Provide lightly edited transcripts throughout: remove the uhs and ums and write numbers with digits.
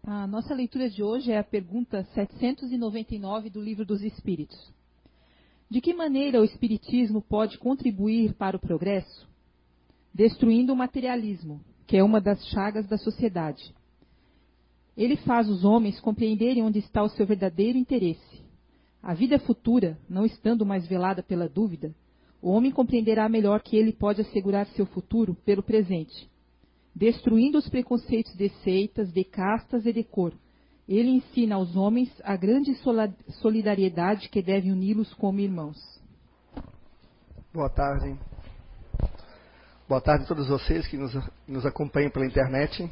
A nossa leitura de hoje é a pergunta 799 do Livro dos Espíritos. De que maneira o Espiritismo pode contribuir para o progresso? Destruindo o materialismo, que é uma das chagas da sociedade. Ele faz os homens compreenderem onde está o seu verdadeiro interesse. A vida futura, não estando mais velada pela dúvida, o homem compreenderá melhor que ele pode assegurar seu futuro pelo presente. Destruindo os preconceitos de seitas, de castas e de cor, ele ensina aos homens a grande solidariedade que deve uni-los como irmãos. Boa tarde. Boa tarde a todos vocês que nos acompanham pela internet.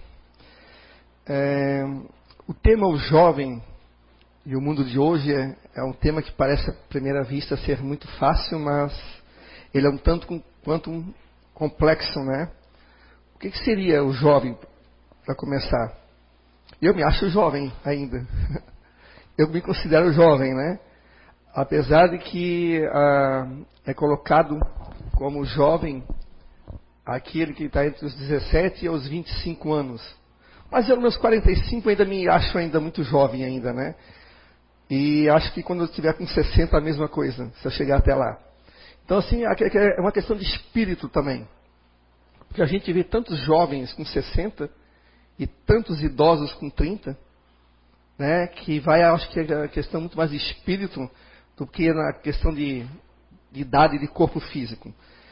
O tema O Jovem e o Mundo de Hoje é um tema que parece à primeira vista ser muito fácil, mas ele é um tanto quanto complexo, né? O que seria o jovem, para começar? Eu me acho jovem ainda. Eu me considero jovem, né? Apesar de que é colocado como jovem aquele que está entre os 17 e os 25 anos. Mas eu, nos meus 45, ainda me acho ainda muito jovem ainda, né? E acho que quando eu estiver com 60, a mesma coisa, se eu chegar até lá. Então, assim, é uma questão de espírito também. Porque a gente vê tantos jovens com 60 e tantos idosos com 30, né? Que acho que é a questão muito mais de espírito do que na questão de idade e de corpo físico.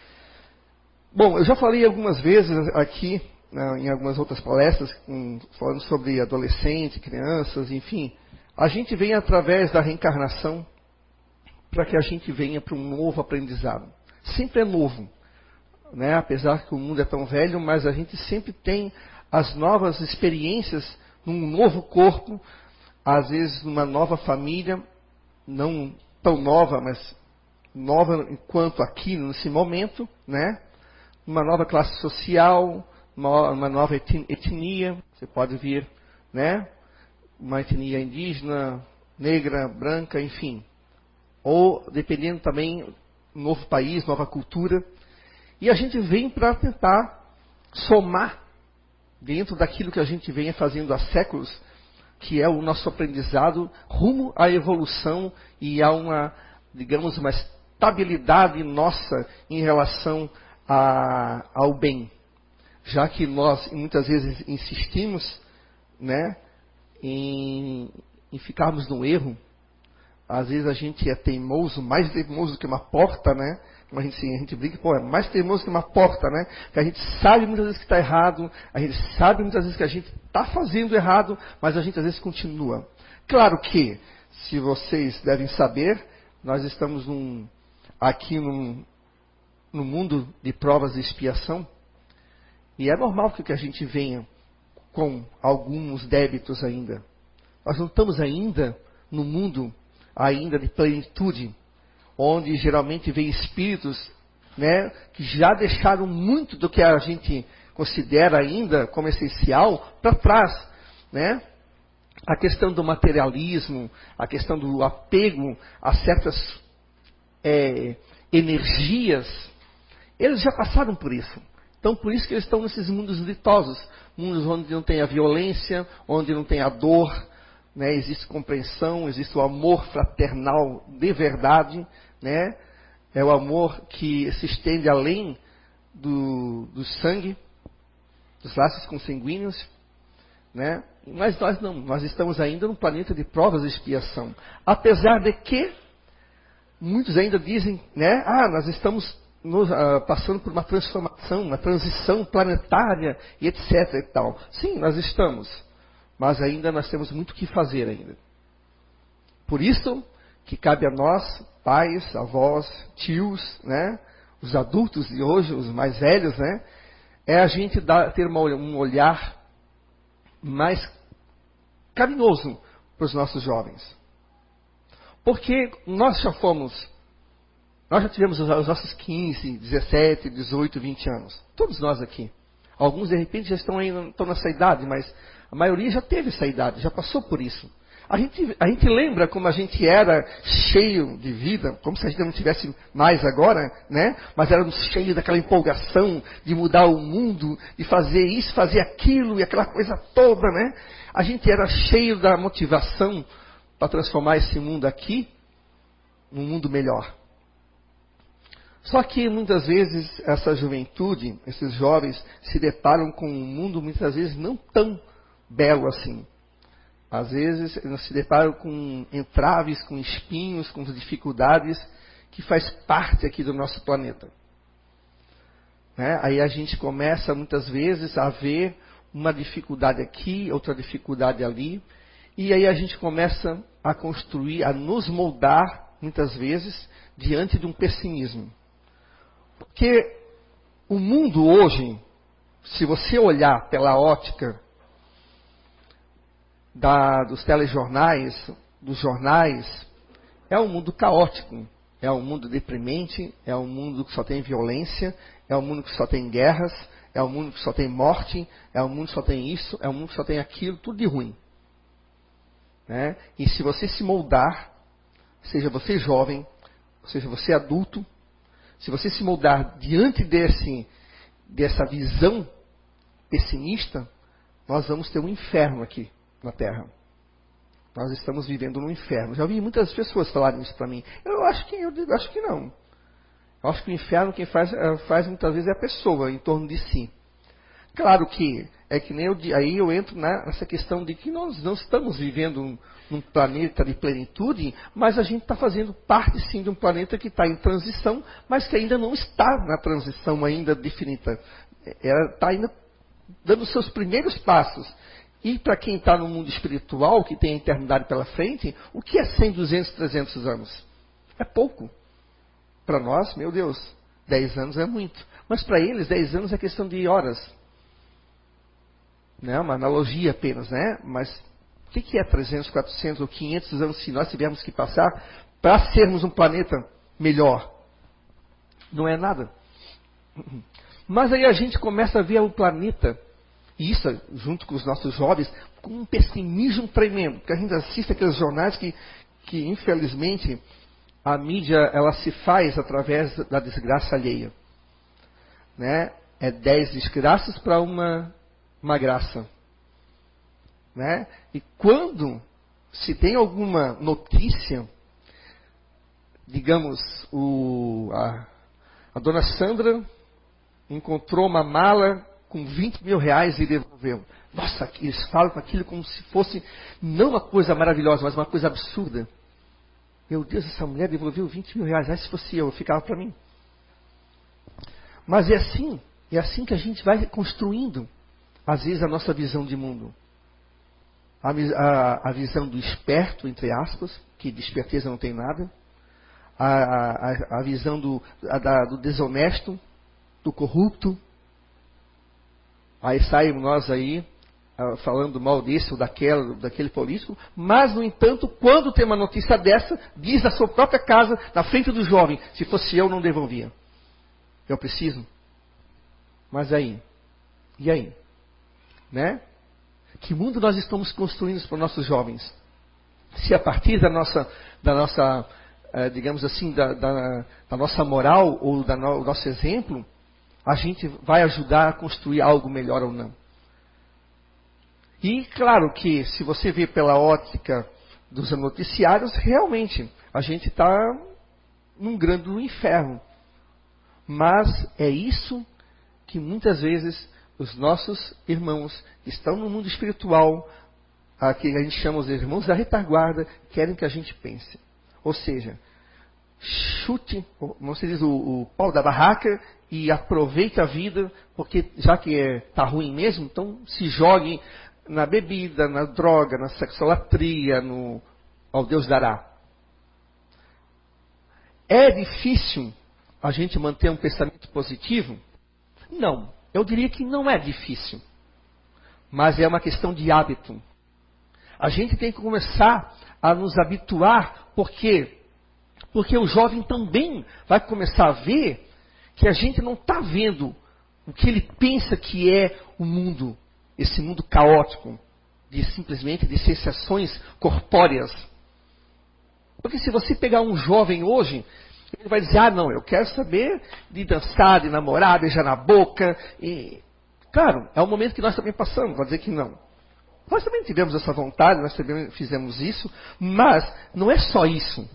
Bom, eu já falei algumas vezes aqui, em algumas outras palestras, falando sobre adolescentes, crianças, enfim. A gente vem através da reencarnação para que a gente venha para um novo aprendizado. Sempre é novo, né? Apesar que o mundo é tão velho, mas a gente sempre tem as novas experiências num novo corpo, às vezes numa nova família, não tão nova, mas nova enquanto aqui, nesse momento, né? Uma nova classe social, uma nova etnia, você pode vir, né? Uma etnia indígena, negra, branca, enfim. Ou, dependendo também, novo país, nova cultura. E a gente vem para tentar somar dentro daquilo que a gente vem fazendo há séculos, que é o nosso aprendizado rumo à evolução e a uma, digamos, uma estabilidade nossa em relação ao bem. Já que nós muitas vezes insistimos, né, em ficarmos no erro. Às vezes a gente é teimoso, mais teimoso que uma porta, né? Como a gente brinca, é mais teimoso que uma porta, né? Que a gente sabe muitas vezes que está errado, a gente sabe muitas vezes que a gente está fazendo errado, mas a gente às vezes continua. Claro que, se vocês devem saber, nós estamos aqui no mundo de provas e expiação, e é normal que a gente venha com alguns débitos ainda. Nós não estamos ainda no mundo ainda de plenitude, onde geralmente vem espíritos, né, que já deixaram muito do que a gente considera ainda como essencial para trás, né? A questão do materialismo, a questão do apego a certas energias, eles já passaram por isso. Então, por isso que eles estão nesses mundos ditosos, mundos onde não tem a violência, onde não tem a dor, né? Existe compreensão, existe o amor fraternal de verdade, né? É o amor que se estende além do sangue, dos laços consanguíneos, né? Mas nós não, nós estamos ainda num planeta de provas e expiação. Apesar de que muitos ainda dizem, né? Nós estamos passando por uma transformação, uma transição planetária e etc. e tal. Sim, nós estamos. Mas ainda nós temos muito o que fazer ainda. Por isso que cabe a nós, pais, avós, tios, né? Os adultos de hoje, os mais velhos, né? É a gente ter um olhar mais carinhoso para os nossos jovens. Porque nós já tivemos os nossos 15, 17, 18, 20 anos. Todos nós aqui. Alguns, de repente, já estão nessa idade, mas a maioria já teve essa idade, já passou por isso. A gente lembra como a gente era cheio de vida, como se a gente não tivesse mais agora, né? Mas éramos cheios daquela empolgação de mudar o mundo, de fazer isso, fazer aquilo e aquela coisa toda, né? A gente era cheio da motivação para transformar esse mundo aqui num mundo melhor. Só que muitas vezes essa juventude, esses jovens, se deparam com um mundo muitas vezes não tão belo assim. Às vezes eles se deparam com entraves, com espinhos, com dificuldades que faz parte aqui do nosso planeta. Né? Aí a gente começa muitas vezes a ver uma dificuldade aqui, outra dificuldade ali, e aí a gente começa a construir, a nos moldar, muitas vezes, diante de um pessimismo. Porque o mundo hoje, se você olhar pela ótica dos telejornais, dos jornais, é um mundo caótico, é um mundo deprimente, é um mundo que só tem violência, é um mundo que só tem guerras, é um mundo que só tem morte, é um mundo que só tem isso, é um mundo que só tem aquilo, tudo de ruim. Né? E se você se moldar, seja você jovem, seja você adulto, se você se moldar diante dessa visão pessimista, nós vamos ter um inferno aqui na Terra. Nós estamos vivendo num inferno. Já ouvi muitas pessoas falarem isso para mim. Eu acho que não. Eu acho que o inferno quem faz muitas vezes é a pessoa em torno de si. Claro que é que nem aí eu entro nessa questão de que nós não estamos vivendo num planeta de plenitude, mas a gente está fazendo parte sim de um planeta que está em transição, mas que ainda não está na transição ainda definida. Ela está ainda dando seus primeiros passos. E para quem está no mundo espiritual, que tem a eternidade pela frente, o que é 100, 200, 300 anos? É pouco. Para nós, meu Deus, 10 anos é muito. Mas para eles, 10 anos é questão de horas. Né? Uma analogia apenas, né? Mas o que é 300, 400 ou 500 anos se nós tivermos que passar para sermos um planeta melhor? Não é nada. Mas aí a gente começa a ver o planeta, e isso junto com os nossos jovens, com um pessimismo tremendo. Porque a gente assiste aqueles jornais que infelizmente a mídia ela se faz através da desgraça alheia. Né? É 10 desgraças para uma graça. Né? E quando se tem alguma notícia, digamos, a dona Sandra encontrou uma mala com 20 mil reais e devolveu. Nossa, eles falam com aquilo como se fosse não uma coisa maravilhosa, mas uma coisa absurda. Meu Deus, essa mulher devolveu 20 mil reais. Se fosse eu ficava para mim. Mas é assim que a gente vai construindo, às vezes, a nossa visão de mundo. A visão do esperto, entre aspas, que de esperteza não tem nada. A visão do desonesto, do corrupto. Aí saímos nós aí, falando mal desse ou daquele político. Mas, no entanto, quando tem uma notícia dessa, diz na sua própria casa, na frente do jovem, se fosse eu, não devolvia. Eu preciso. Mas aí? E aí? Né? Que mundo nós estamos construindo para os nossos jovens? Se a partir da nossa digamos assim, da nossa moral ou do nosso exemplo, a gente vai ajudar a construir algo melhor ou não. E claro que se você vê pela ótica dos noticiários, realmente a gente está num grande inferno. Mas é isso que muitas vezes os nossos irmãos que estão no mundo espiritual, que a gente chama os irmãos da retaguarda, querem que a gente pense. Ou seja, chute, como se diz, o pau da barraca e aproveite a vida, porque já que está ruim mesmo, então se jogue na bebida, na droga, na sexolatria, ao Deus dará. É difícil a gente manter um pensamento positivo? Não. Eu diria que não é difícil. Mas é uma questão de hábito. A gente tem que começar a nos habituar, porque o jovem também vai começar a ver que a gente não está vendo o que ele pensa que é o mundo, esse mundo caótico, simplesmente de sensações corpóreas. Porque se você pegar um jovem hoje, ele vai dizer, não, eu quero saber de dançar, de namorar, beijar na boca. E, claro, é um momento que nós também passamos, vou dizer que não. Nós também tivemos essa vontade, nós também fizemos isso, mas não é só isso.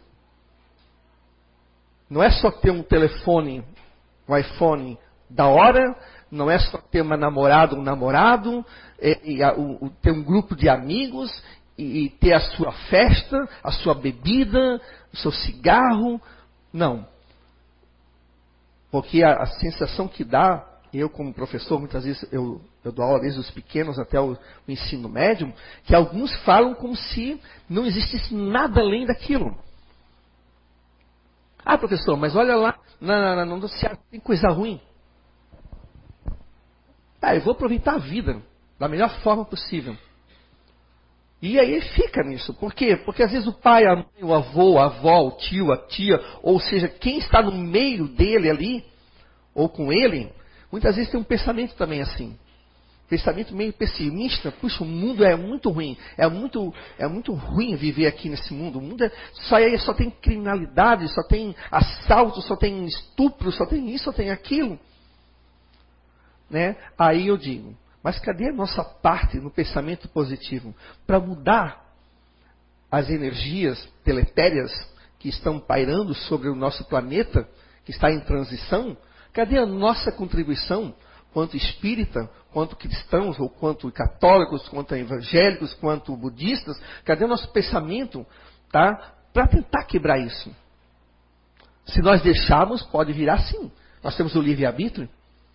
Não é só ter um telefone, um iPhone da hora, não é só ter uma namorada, um namorado, ter um grupo de amigos, e ter a sua festa, a sua bebida, o seu cigarro. Não. Porque a sensação que dá, eu como professor, muitas vezes eu dou aula desde os pequenos até o ensino médio, que alguns falam como se não existisse nada além daquilo. Ah, professor, mas olha lá, no noticiário tem coisa ruim. Eu vou aproveitar a vida da melhor forma possível. E aí fica nisso. Por quê? Porque às vezes o pai, a mãe, o avô, a avó, o tio, a tia, ou seja, quem está no meio dele ali, ou com ele, muitas vezes tem um pensamento também assim. Pensamento meio pessimista. Puxa, o mundo é muito ruim. É muito ruim viver aqui nesse mundo. O mundo só tem criminalidade, só tem assalto, só tem estupro, só tem isso, só tem aquilo. Né? Aí eu digo, mas cadê a nossa parte no pensamento positivo? Para mudar as energias deletérias que estão pairando sobre o nosso planeta, que está em transição, cadê a nossa contribuição, quanto espírita, quanto cristãos, ou quanto católicos, quanto evangélicos, quanto budistas? Cadê o nosso pensamento, tá, para tentar quebrar isso? Se nós deixarmos, pode virar sim. Nós temos o livre-arbítrio.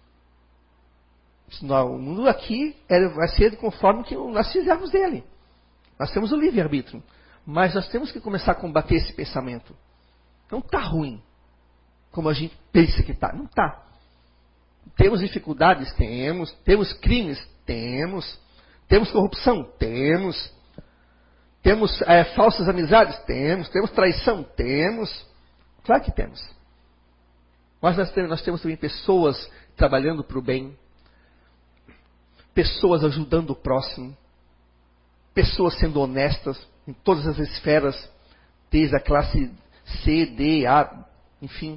O mundo aqui vai ser conforme que nós fizermos dele. Nós temos o livre-arbítrio. Mas nós temos que começar a combater esse pensamento. Não está ruim, como a gente pensa que está. Não está. Temos dificuldades? Temos. Temos crimes? Temos. Temos corrupção? Temos. Temos falsas amizades? Temos. Temos traição? Temos. Claro que temos. Mas nós temos também pessoas trabalhando para o bem. Pessoas ajudando o próximo, pessoas sendo honestas em todas as esferas, desde a classe C, D, A, enfim.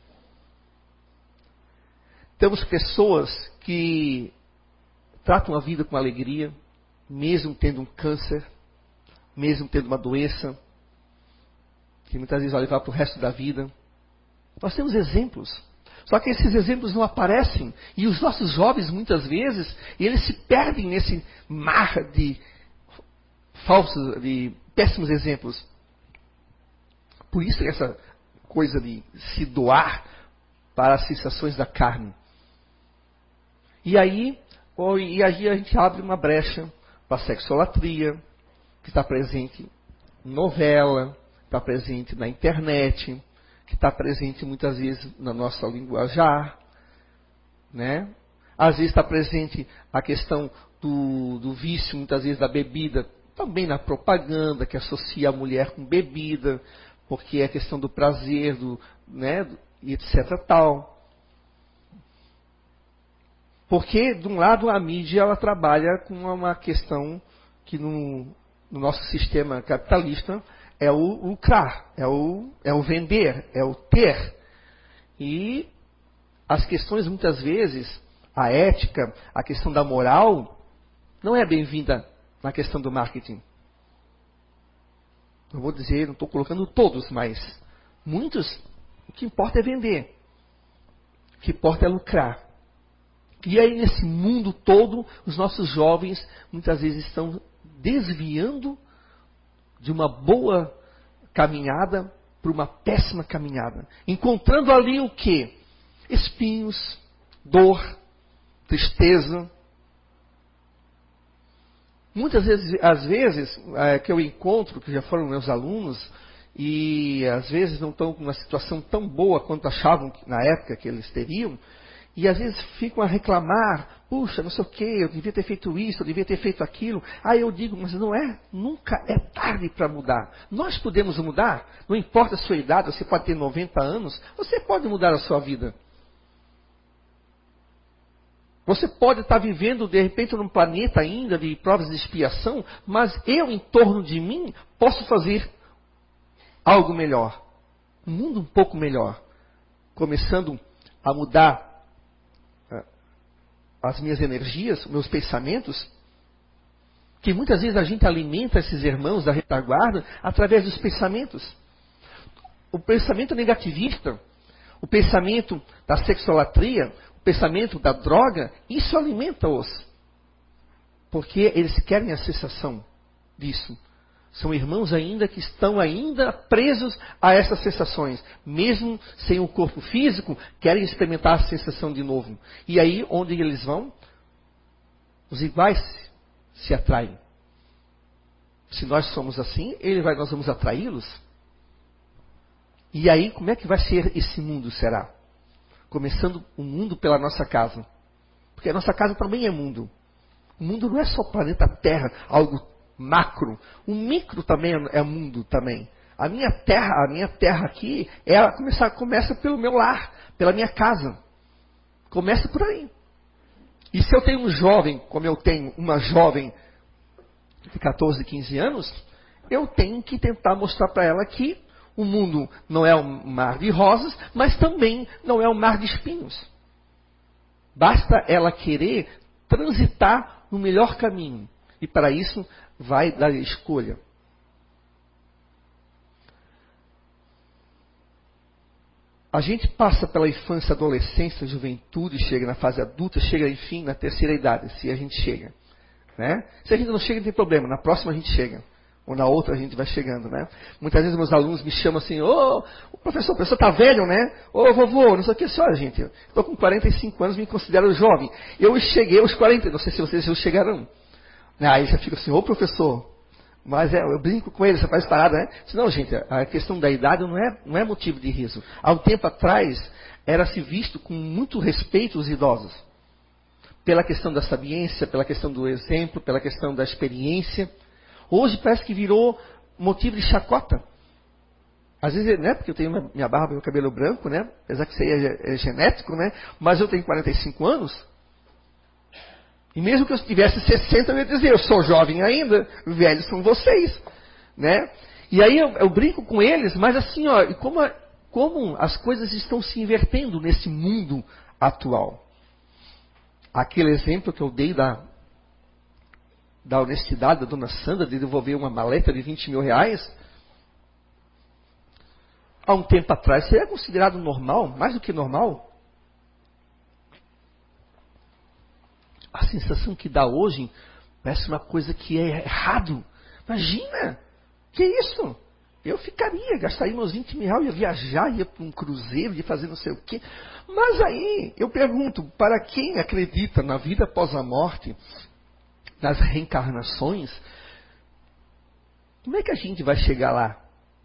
Temos pessoas que tratam a vida com alegria, mesmo tendo um câncer, mesmo tendo uma doença, que muitas vezes vai levar para o resto da vida. Nós temos exemplos. Só que esses exemplos não aparecem. E os nossos jovens, muitas vezes, eles se perdem nesse mar de falsos, de péssimos exemplos. Por isso essa coisa de se doar para as sensações da carne. E aí a gente abre uma brecha para a sexolatria, que está presente em novela, está presente na internet, que está presente muitas vezes na nossa linguajar, né? Às vezes está presente a questão do vício, muitas vezes da bebida, também na propaganda, que associa a mulher com bebida, porque é a questão do prazer, né, e etc. tal. Porque, de um lado, a mídia ela trabalha com uma questão que no nosso sistema capitalista é o lucrar, é o vender, é o ter. E as questões, muitas vezes, a ética, a questão da moral, não é bem-vinda na questão do marketing. Não vou dizer, não estou colocando todos, mas muitos, o que importa é vender. O que importa é lucrar. E aí, nesse mundo todo, os nossos jovens, muitas vezes, estão desviando de uma boa caminhada para uma péssima caminhada. Encontrando ali o quê? Espinhos, dor, tristeza. Muitas vezes, às vezes, que eu encontro, que já foram meus alunos, e às vezes não estão com uma situação tão boa quanto achavam que, na época que eles teriam, e às vezes ficam a reclamar, puxa, não sei o que, eu devia ter feito isso, eu devia ter feito aquilo. Aí eu digo, mas nunca é tarde para mudar. Nós podemos mudar, não importa a sua idade, você pode ter 90 anos, você pode mudar a sua vida. Você pode estar vivendo, de repente, num planeta ainda de provas de expiação, mas eu, em torno de mim, posso fazer algo melhor. Um mundo um pouco melhor. Começando a mudar as minhas energias, meus pensamentos, que muitas vezes a gente alimenta esses irmãos da retaguarda através dos pensamentos. O pensamento negativista, o pensamento da sexolatria, o pensamento da droga, isso alimenta-os. Porque eles querem a sensação disso. São irmãos ainda que estão ainda presos a essas sensações. Mesmo sem o corpo físico, querem experimentar a sensação de novo. E aí, onde eles vão? Os iguais se atraem. Se nós somos assim, nós vamos atraí-los. E aí, como é que vai ser esse mundo, será? Começando o mundo pela nossa casa. Porque a nossa casa também é mundo. O mundo não é só o planeta Terra, algo macro. O micro também é mundo também. A minha terra aqui, ela começa pelo meu lar, pela minha casa. Começa por aí. E se eu tenho um jovem, como eu tenho uma jovem de 14, 15 anos, eu tenho que tentar mostrar para ela que o mundo não é um mar de rosas, mas também não é um mar de espinhos. Basta ela querer transitar no melhor caminho. E para isso vai dar escolha. A gente passa pela infância, adolescência, juventude, chega na fase adulta, chega, enfim, na terceira idade, se a gente chega. Né? Se a gente não chega, não tem problema. Na próxima a gente chega. Ou na outra a gente vai chegando, né? Muitas vezes meus alunos me chamam assim, professor, o professor está velho, né? Vovô, não sei o que. Olha, gente, eu estou com 45 anos, me considero jovem. Eu cheguei aos 40, não sei se vocês já chegarão. Aí já fica assim, professor, mas eu brinco com ele, você faz parada, né? Não, gente, a questão da idade não é motivo de riso. Há um tempo atrás, era-se visto com muito respeito os idosos. Pela questão da sabiência, pela questão do exemplo, pela questão da experiência. Hoje parece que virou motivo de chacota. Às vezes, né, porque eu tenho minha barba e meu cabelo branco, né? Apesar que isso aí é genético, né? Mas eu tenho 45 anos. E mesmo que eu tivesse 60, eu ia dizer, eu sou jovem ainda, velhos são vocês. Né? E aí eu brinco com eles, mas assim, como as coisas estão se invertendo nesse mundo atual. Aquele exemplo que eu dei da honestidade da dona Sandra de devolver uma maleta de 20 mil reais, há um tempo atrás seria considerado normal, mais do que normal. A sensação que dá hoje parece uma coisa que é errado. Imagina, que isso? Eu gastaria meus 20 mil reais, ia viajar, ia para um cruzeiro, ia fazer não sei o quê. Mas aí, eu pergunto, para quem acredita na vida após a morte, nas reencarnações, como é que a gente vai chegar lá?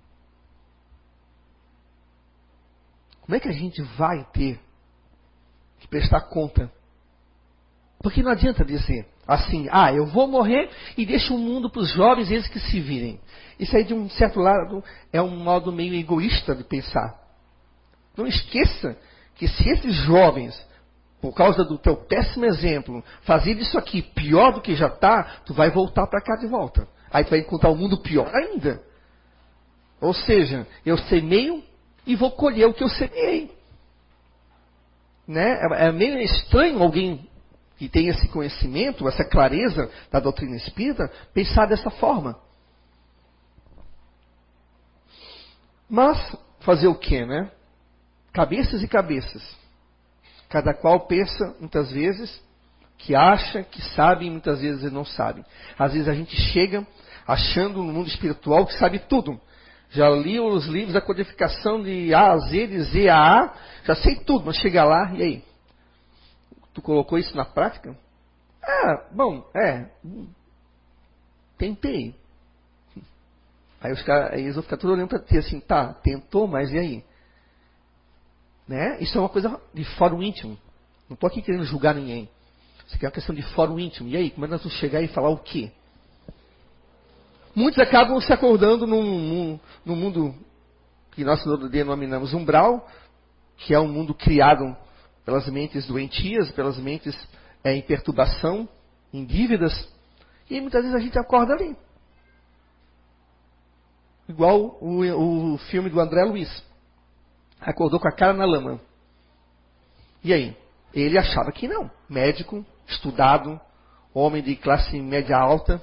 Como é que a gente vai ter que prestar conta? Porque não adianta dizer assim, eu vou morrer e deixo o mundo para os jovens, eles que se virem. Isso aí, de um certo lado, é um modo meio egoísta de pensar. Não esqueça que se esses jovens, por causa do teu péssimo exemplo, fazerem isso aqui pior do que já está, tu vai voltar para cá de volta. Aí tu vai encontrar um mundo pior ainda. Ou seja, eu semeio e vou colher o que eu semeei. Né? É meio estranho alguém que tem esse conhecimento, essa clareza da doutrina espírita, pensar dessa forma. Mas, fazer o quê, né? Cabeças e cabeças. Cada qual pensa, muitas vezes, que acha, que sabe, e muitas vezes não sabe. Às vezes a gente chega achando no mundo espiritual que sabe tudo. Já li os livros da codificação de A a Z, de Z a A, já sei tudo, mas chega lá, e aí? Tu colocou isso na prática? Tentei. Aí eles vão ficar tudo olhando para ti assim, tá, tentou, mas e aí? Né? Isso é uma coisa de fórum íntimo. Não estou aqui querendo julgar ninguém. Isso aqui é uma questão de fórum íntimo. E aí, como é que nós vamos chegar e falar o quê? Muitos acabam se acordando num mundo que nós denominamos umbral, que é um mundo criado pelas mentes doentias, pelas mentes em perturbação, em dívidas, e muitas vezes a gente acorda ali. Igual o filme do André Luiz. Acordou com a cara na lama. E aí? Ele achava que não. Médico, estudado, homem de classe média alta.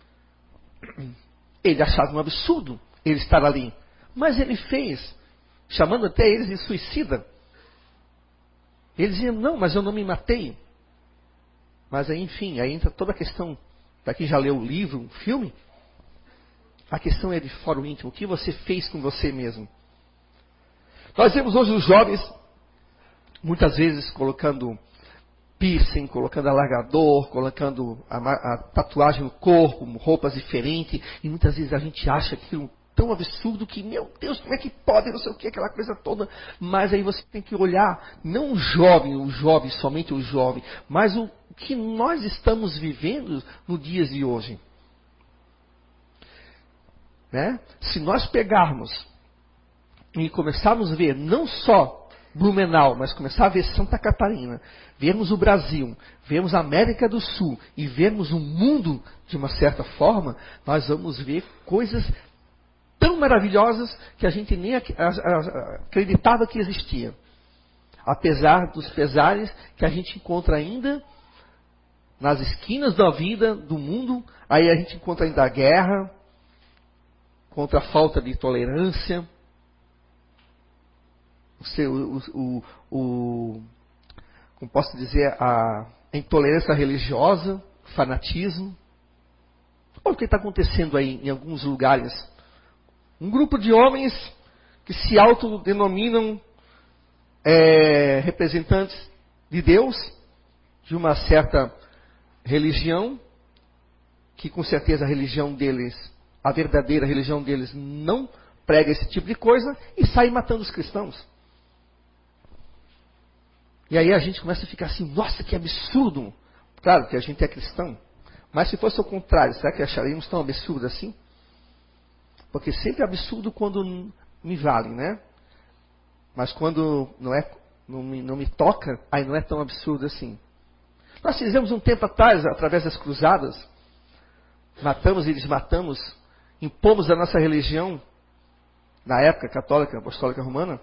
Ele achava um absurdo ele estar ali. Mas ele fez, chamando até eles de suicida. Eles diziam, não, mas eu não me matei. Mas aí, enfim, aí entra toda a questão, para quem já leu o livro, o filme, a questão é de fora o íntimo, o que você fez com você mesmo. Nós vemos hoje os jovens, muitas vezes colocando piercing, colocando alargador, colocando a tatuagem no corpo, roupas diferentes, e muitas vezes a gente acha aquilo tão absurdo que, meu Deus, como é que pode, não sei o que, aquela coisa toda. Mas aí você tem que olhar, não o jovem, somente o jovem, mas o que nós estamos vivendo nos dias de hoje. Né? Se nós pegarmos e começarmos a ver não só Blumenau, mas começar a ver Santa Catarina, vermos o Brasil, vermos a América do Sul e vermos o mundo de uma certa forma, nós vamos ver coisas tão maravilhosas que a gente nem acreditava que existia. Apesar dos pesares que a gente encontra ainda nas esquinas da vida, do mundo, aí a gente encontra ainda a guerra, contra a falta de tolerância, como posso dizer, a intolerância religiosa, o fanatismo. Olha o que está acontecendo aí em alguns lugares. Um grupo de homens que se autodenominam representantes de Deus, de uma certa religião, que com certeza a religião deles, a verdadeira religião deles, não prega esse tipo de coisa, e sai matando os cristãos. E aí a gente começa a ficar assim, nossa, que absurdo! Claro que a gente é cristão, mas se fosse o contrário, será que acharíamos tão absurdo assim? Porque sempre é absurdo quando me valem, né? Mas quando não me toca, aí não é tão absurdo assim. Nós fizemos um tempo atrás, através das cruzadas, matamos e desmatamos, impomos a nossa religião, na época católica, apostólica romana.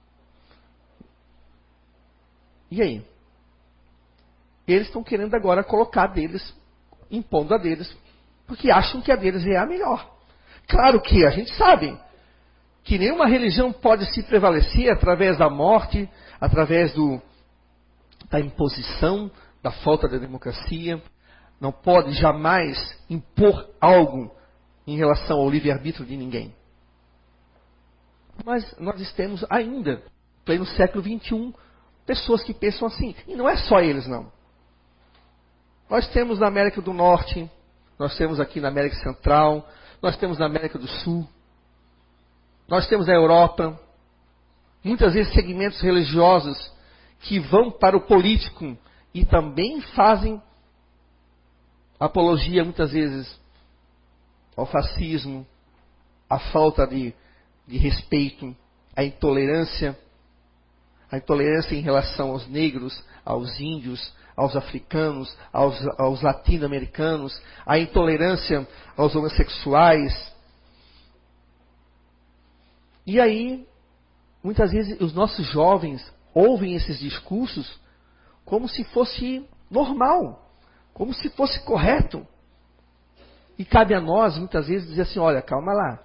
E aí? Eles estão querendo agora colocar a deles, impondo a deles, porque acham que a deles é a melhor. Claro que a gente sabe que nenhuma religião pode se prevalecer através da morte, através da imposição, da falta de democracia. Não pode jamais impor algo em relação ao livre-arbítrio de ninguém. Mas nós temos ainda, pleno século XXI, pessoas que pensam assim. E não é só eles, não. Nós temos na América do Norte, nós temos aqui na América Central, nós temos na América do Sul, nós temos na Europa, muitas vezes segmentos religiosos que vão para o político e também fazem apologia, muitas vezes, ao fascismo, à falta de respeito, à intolerância em relação aos negros, aos índios, aos africanos, aos latino-americanos, à intolerância aos homossexuais. E aí, muitas vezes, os nossos jovens ouvem esses discursos como se fosse normal, como se fosse correto. E cabe a nós, muitas vezes, dizer assim, olha, calma lá.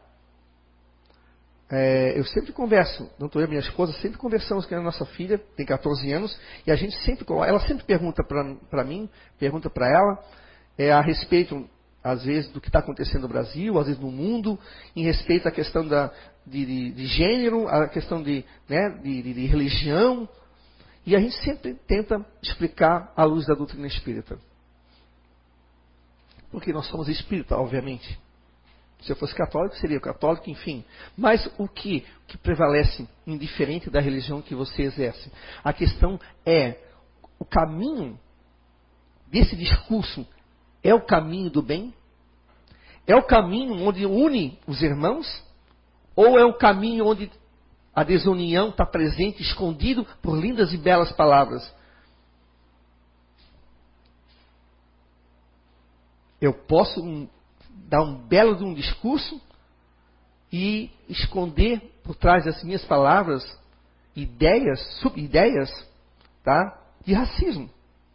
Eu sempre converso, não estou eu e minha esposa, sempre conversamos com a nossa filha, tem 14 anos, e ela sempre pergunta para mim, pergunta para ela, a respeito, às vezes, do que está acontecendo no Brasil, às vezes no mundo, em respeito à questão de gênero, à questão de religião, e a gente sempre tenta explicar à luz da doutrina espírita. Porque nós somos espírita, obviamente. Se eu fosse católico, seria católico, enfim. Mas o que prevalece, indiferente da religião que você exerce? A questão é, o caminho desse discurso é o caminho do bem? É o caminho onde une os irmãos? Ou é o caminho onde a desunião está presente, escondido por lindas e belas palavras? Eu posso dar um belo de um discurso e esconder por trás das minhas palavras ideias, sub-ideias, tá? De racismo.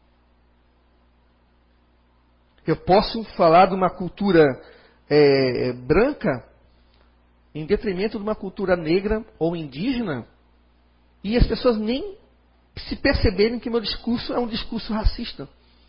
Eu posso falar de uma cultura branca em detrimento de uma cultura negra ou indígena e as pessoas nem se perceberem que meu discurso é um discurso racista.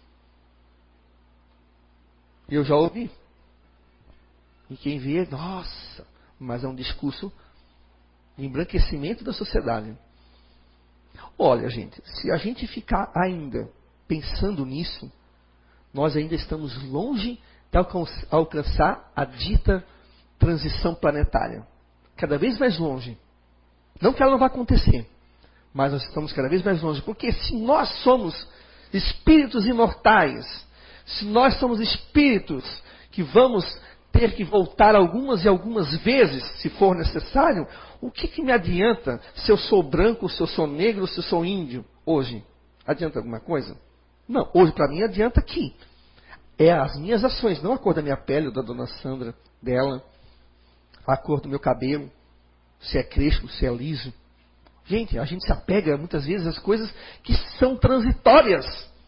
Eu já ouvi. E quem vê, nossa, mas é um discurso de embranquecimento da sociedade. Olha, gente, se a gente ficar ainda pensando nisso, nós ainda estamos longe de alcançar a dita transição planetária. Cada vez mais longe. Não que ela não vá acontecer, mas nós estamos cada vez mais longe. Porque se nós somos espíritos imortais, se nós somos espíritos que vamos ter que voltar algumas e algumas vezes, se for necessário, o que me adianta se eu sou branco, se eu sou negro, se eu sou índio hoje? Adianta alguma coisa? Não, hoje para mim adianta que é as minhas ações, não a cor da minha pele, da dona Sandra, dela, a cor do meu cabelo, se é crespo, se é liso. Gente, a gente se apega muitas vezes às coisas que são transitórias.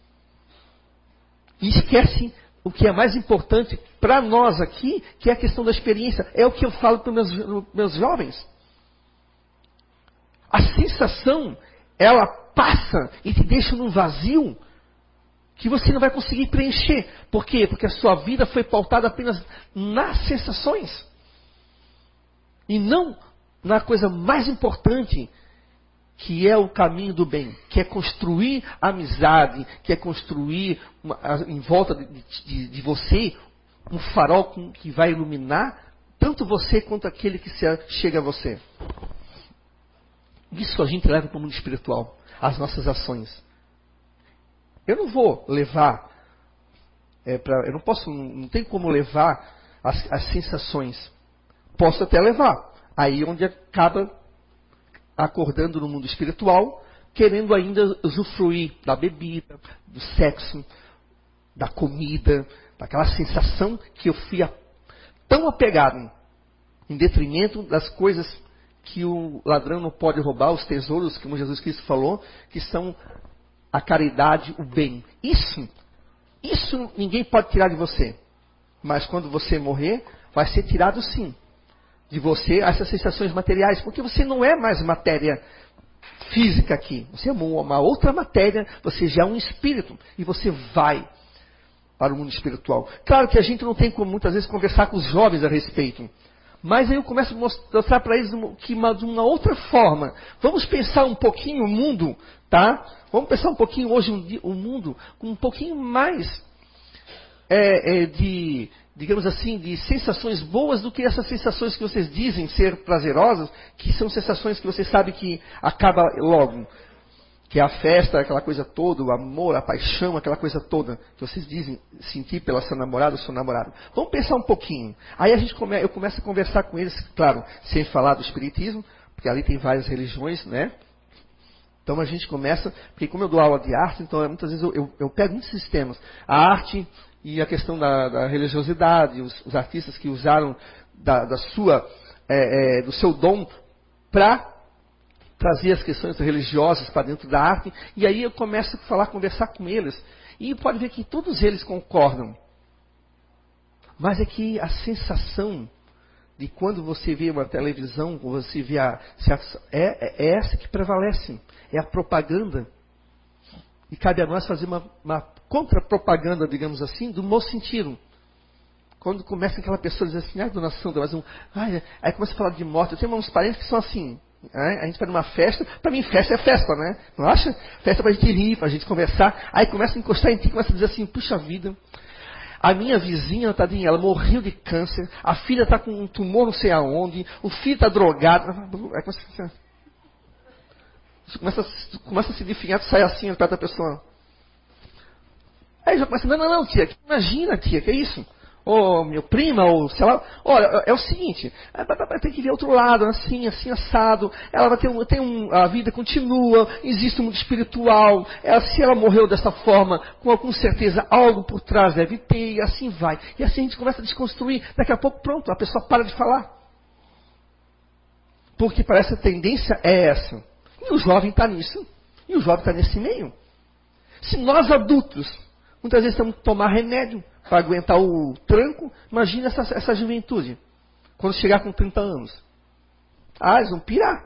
E esquece o que é mais importante para nós aqui, que é a questão da experiência. É o que eu falo para os meus jovens. A sensação, ela passa e te deixa num vazio que você não vai conseguir preencher. Por quê? Porque a sua vida foi pautada apenas nas sensações. E não na coisa mais importante, que é o caminho do bem, que é construir amizade, que é construir em volta de você um farol que vai iluminar tanto você quanto aquele que chega a você. Isso a gente leva para o mundo espiritual, as nossas ações. Eu não vou levar, não tem como levar as sensações. Posso até levar. Aí onde acaba acordando no mundo espiritual, querendo ainda usufruir da bebida, do sexo, da comida, daquela sensação que eu fui tão apegado, em detrimento das coisas que o ladrão não pode roubar, os tesouros, como Jesus Cristo falou, que são a caridade, o bem. Isso ninguém pode tirar de você. Mas quando você morrer, vai ser tirado sim de você essas sensações materiais, porque você não é mais matéria física aqui. Você é uma outra matéria, você já é um espírito e você vai para o mundo espiritual. Claro que a gente não tem como muitas vezes conversar com os jovens a respeito, mas aí eu começo a mostrar para eles que de uma outra forma. Vamos pensar um pouquinho o mundo, tá? Vamos pensar um pouquinho hoje o mundo com um pouquinho mais digamos assim, de sensações boas do que essas sensações que vocês dizem ser prazerosas, que são sensações que você sabe que acaba logo. Que é a festa, aquela coisa toda, o amor, a paixão, aquela coisa toda que vocês dizem sentir pela sua namorada ou seu namorado. Vamos pensar um pouquinho. Aí eu começo a conversar com eles, claro, sem falar do espiritismo, porque ali tem várias religiões, né? Então a gente começa, porque como eu dou aula de arte, então muitas vezes eu pego muitos sistemas. A arte e a questão da religiosidade, os artistas que usaram do seu dom para trazer as questões religiosas para dentro da arte, e aí eu começo a conversar com eles, e pode ver que todos eles concordam. Mas é que a sensação de quando você vê uma televisão, quando você vê é essa que prevalece, é a propaganda. E cabe a nós fazer uma contra-propaganda, digamos assim, do mau sentido. Quando começa aquela pessoa a dizer assim, dona Sandra, aí começa a falar de morte. Eu tenho uns parentes que são assim. A gente vai numa festa, para mim festa é festa, né? Não acha? Festa pra gente rir, pra gente conversar. Aí começa a encostar em ti, começa a dizer assim, puxa vida, a minha vizinha, tadinha, ela morreu de câncer, a filha está com um tumor não sei aonde, o filho está drogado. Aí começa a se definhar, tu sai assim perto da pessoa. Aí já começa, não, tia, imagina, tia, que é isso? ou meu prima, ou sei lá, olha, é o seguinte, tem que ver outro lado, assim, assado, ela vai ter a vida continua, existe um mundo espiritual, se ela morreu dessa forma, com certeza algo por trás deve ter, e assim vai. E assim a gente começa a desconstruir, daqui a pouco pronto, a pessoa para de falar. Porque parece que a tendência é essa. E o jovem está nisso, e o jovem está nesse meio. Se nós adultos, muitas vezes temos que tomar remédio para aguentar o tranco, imagina essa juventude, quando chegar com 30 anos. Eles vão pirar.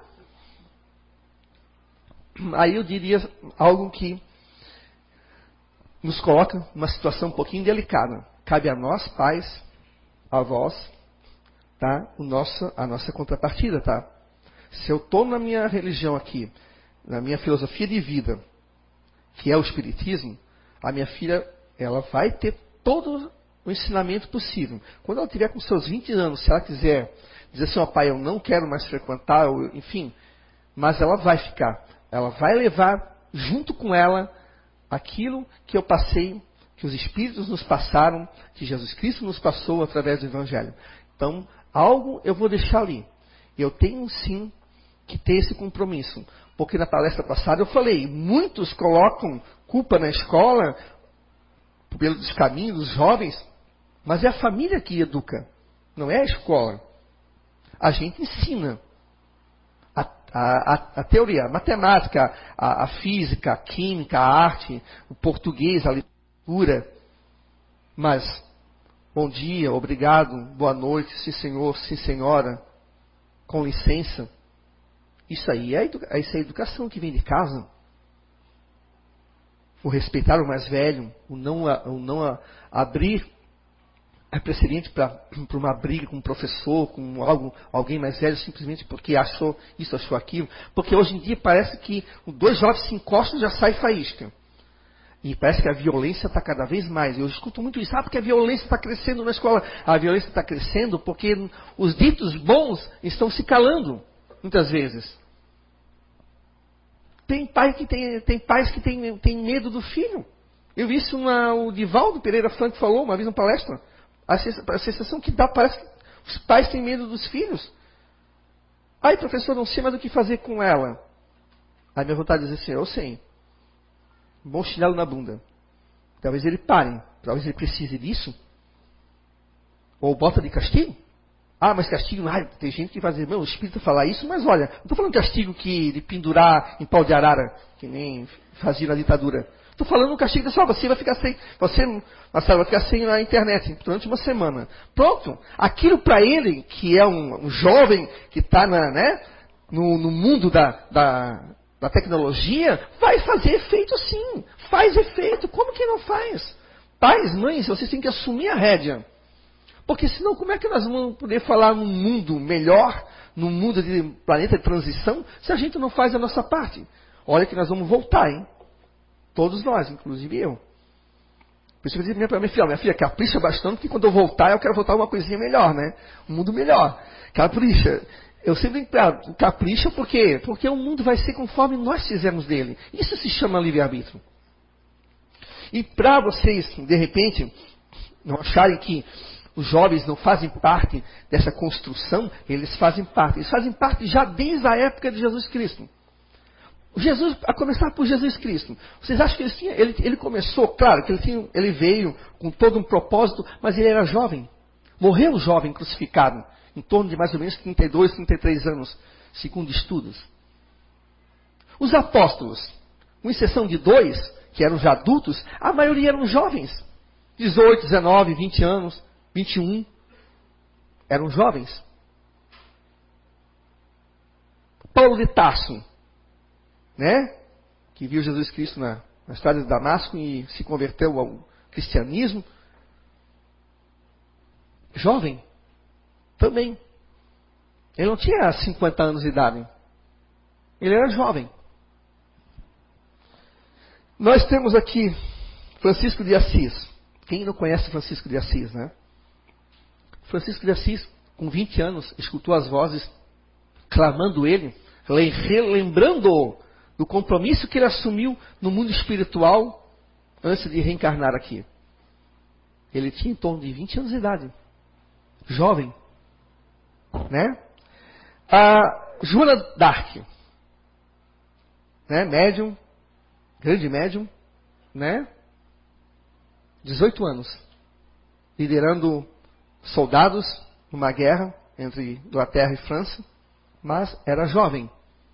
Aí eu diria algo que nos coloca numa situação um pouquinho delicada. Cabe a nós, pais, avós, tá? A nossa contrapartida, tá? Se eu estou na minha religião aqui, na minha filosofia de vida, que é o Espiritismo, a minha filha, ela vai ter todo o ensinamento possível. Quando ela tiver com seus 20 anos, se ela quiser dizer assim, pai, eu não quero mais frequentar, enfim, mas ela vai ficar. Ela vai levar junto com ela aquilo que eu passei, que os Espíritos nos passaram, que Jesus Cristo nos passou através do Evangelho. Então, algo eu vou deixar ali. Eu tenho sim que ter esse compromisso. Porque na palestra passada eu falei, muitos colocam culpa na escola, pelos caminhos dos jovens, mas é a família que educa, não é a escola. A gente ensina a teoria, a matemática, a física, a química, a arte, o português, a literatura. Mas, bom dia, obrigado, boa noite, sim senhor, sim senhora, com licença. Isso aí é a educação que vem de casa. O respeitar o mais velho, o não abrir a precedente para uma briga com um professor, com alguém mais velho, simplesmente porque achou isso, achou aquilo. Porque hoje em dia parece que dois jovens se encostam e já sai faísca. E parece que a violência está cada vez mais. Eu escuto muito isso. Porque a violência está crescendo na escola. A violência está crescendo porque os ditos bons estão se calando, muitas vezes. Tem pais que têm medo do filho. Eu vi isso, o Divaldo Pereira Franco falou uma vez na palestra. A sensação que dá, parece que os pais têm medo dos filhos. Aí, professor, não sei mais o que fazer com ela. Aí minha vontade é dizer assim, eu sei. Um bom chinelo na bunda. Talvez ele pare. Talvez ele precise disso. Ou bota de castigo. Mas castigo, tem gente que vai dizer, o espírito falar isso, mas olha, não estou falando castigo de pendurar em pau de arara, que nem fazia na ditadura. Estou falando um castigo só, você vai ficar sem, Marcelo, vai ficar sem a internet durante uma semana. Pronto, aquilo para ele, que é um jovem que está no mundo da tecnologia, vai fazer efeito sim, faz efeito, como que não faz? Pais, mães, vocês têm que assumir a rédea. Porque senão, como é que nós vamos poder falar num mundo melhor, num mundo de planeta de transição, se a gente não faz a nossa parte? Olha que nós vamos voltar, hein? Todos nós, inclusive eu. Por isso que eu disse para minha filha, capricha bastante, que quando eu voltar, eu quero voltar uma coisinha melhor, né? Um mundo melhor. Capricha. Eu sempre capricha por quê? Porque o mundo vai ser conforme nós fizermos dele. Isso se chama livre-arbítrio. E para vocês, de repente, não acharem que os jovens não fazem parte dessa construção, eles fazem parte. Eles fazem parte já desde a época de Jesus Cristo. A começar por Jesus Cristo. Vocês acham que ele começou, claro, que ele veio com todo um propósito, mas ele era jovem. Morreu jovem, crucificado, em torno de mais ou menos 32, 33 anos, segundo estudos. Os apóstolos, com exceção de 2, que eram já adultos, a maioria eram jovens. 18, 19, 20 anos. 21, eram jovens. Paulo de Tarso, que viu Jesus Cristo na estrada de Damasco e se converteu ao cristianismo. Jovem, também. Ele não tinha 50 anos de idade. Ele era jovem. Nós temos aqui Francisco de Assis. Quem não conhece Francisco de Assis, né? Francisco de Assis, com 20 anos, escutou as vozes clamando ele, relembrando do compromisso que ele assumiu no mundo espiritual antes de reencarnar aqui. ele tinha em torno de 20 anos de idade. Jovem. Né? A Joana d'Arc, né? Médium, grande médium, né? 18 anos, liderando soldados numa guerra entre Inglaterra e França, mas era jovem.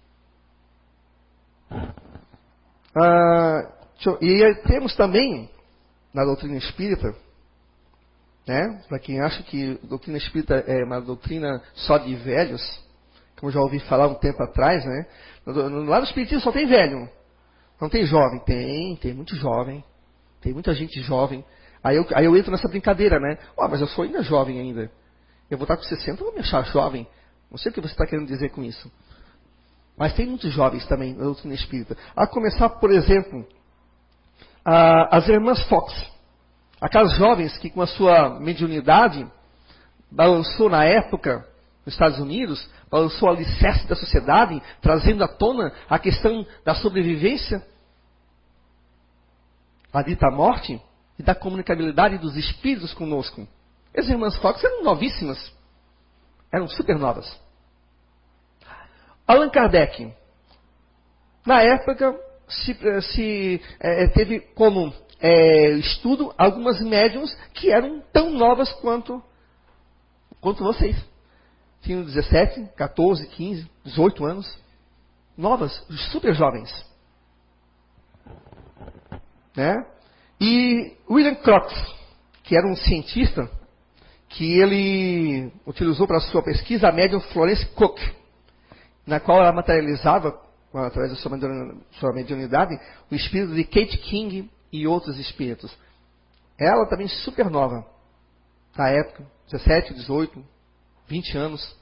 E temos também, na doutrina espírita, né? Para quem acha que a doutrina espírita é uma doutrina só de velhos, como eu já ouvi falar um tempo atrás, né? Lá no espiritismo só tem velho, não tem jovem. Tem muito jovem, tem muita gente jovem. Aí eu entro nessa brincadeira, né? Mas eu sou ainda jovem ainda. Eu vou estar com 60, eu vou me achar jovem. Não sei o que você está querendo dizer com isso. Mas tem muitos jovens também na doutrina espírita. A começar, por exemplo, as irmãs Fox. Aquelas jovens que com a sua mediunidade balançou na época, nos Estados Unidos, balançou o alicerce da sociedade, trazendo à tona a questão da sobrevivência, a dita morte, e da comunicabilidade dos espíritos conosco. As irmãs Fox eram novíssimas, eram super novas. Allan Kardec, na época, teve como estudo algumas médiums que eram tão novas quanto vocês. Tinham 17, 14, 15, 18 anos. Novas, super jovens. Né? E William Crookes, que era um cientista, que ele utilizou para sua pesquisa a médium Florence Cook, na qual ela materializava, através da sua mediunidade, o espírito de Kate King e outros espíritos. Ela também super nova, na época, 17, 18, 20 anos.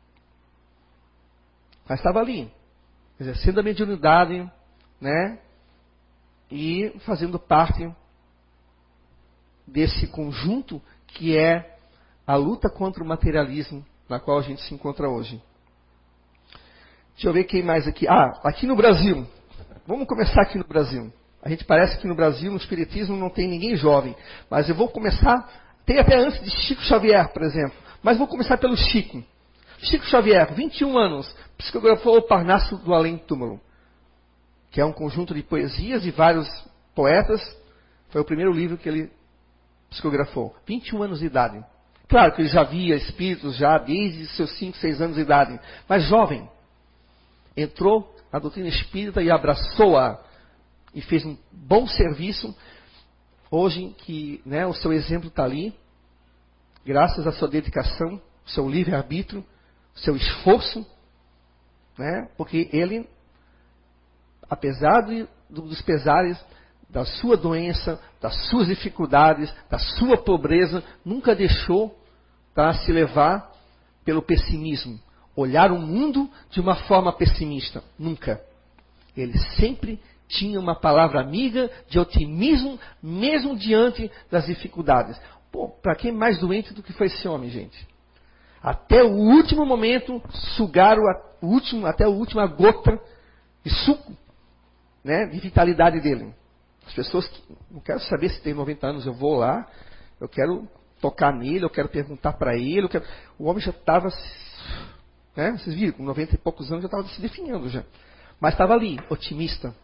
Mas estava ali, exercendo a mediunidade, né? E fazendo parte desse conjunto que é a luta contra o materialismo, na qual a gente se encontra hoje. Deixa eu ver quem mais aqui. Aqui no Brasil. Vamos começar aqui no Brasil. A gente parece que no Brasil, no Espiritismo, não tem ninguém jovem. Mas eu vou começar, tem até antes de Chico Xavier, por exemplo. Mas vou começar pelo Chico. Chico Xavier, 21 anos, psicografou o Parnaso do Além Túmulo, que é um conjunto de poesias de vários poetas. Foi o primeiro livro que ele psicografou. 21 anos de idade. Claro que ele já via espíritos já desde seus 5, 6 anos de idade. Mas jovem. Entrou na doutrina espírita e abraçou-a. E fez um bom serviço. Hoje que, né, o seu exemplo está ali. Graças à sua dedicação, seu livre-arbítrio, seu esforço. Né, porque ele, apesar dos pesares da sua doença, das suas dificuldades, da sua pobreza, nunca deixou se levar pelo pessimismo. Olhar o mundo de uma forma pessimista. Nunca. Ele sempre tinha uma palavra amiga de otimismo, mesmo diante das dificuldades. Para quem mais doente do que foi esse homem, gente? Até o último momento, sugaram até a última gota de suco, né, de vitalidade dele. As pessoas que não quero saber se tem 90 anos, eu vou lá, eu quero tocar nele, eu quero perguntar para ele. O homem já estava, né, vocês viram, com 90 e poucos anos já estava se definhando já. Mas estava ali, otimista.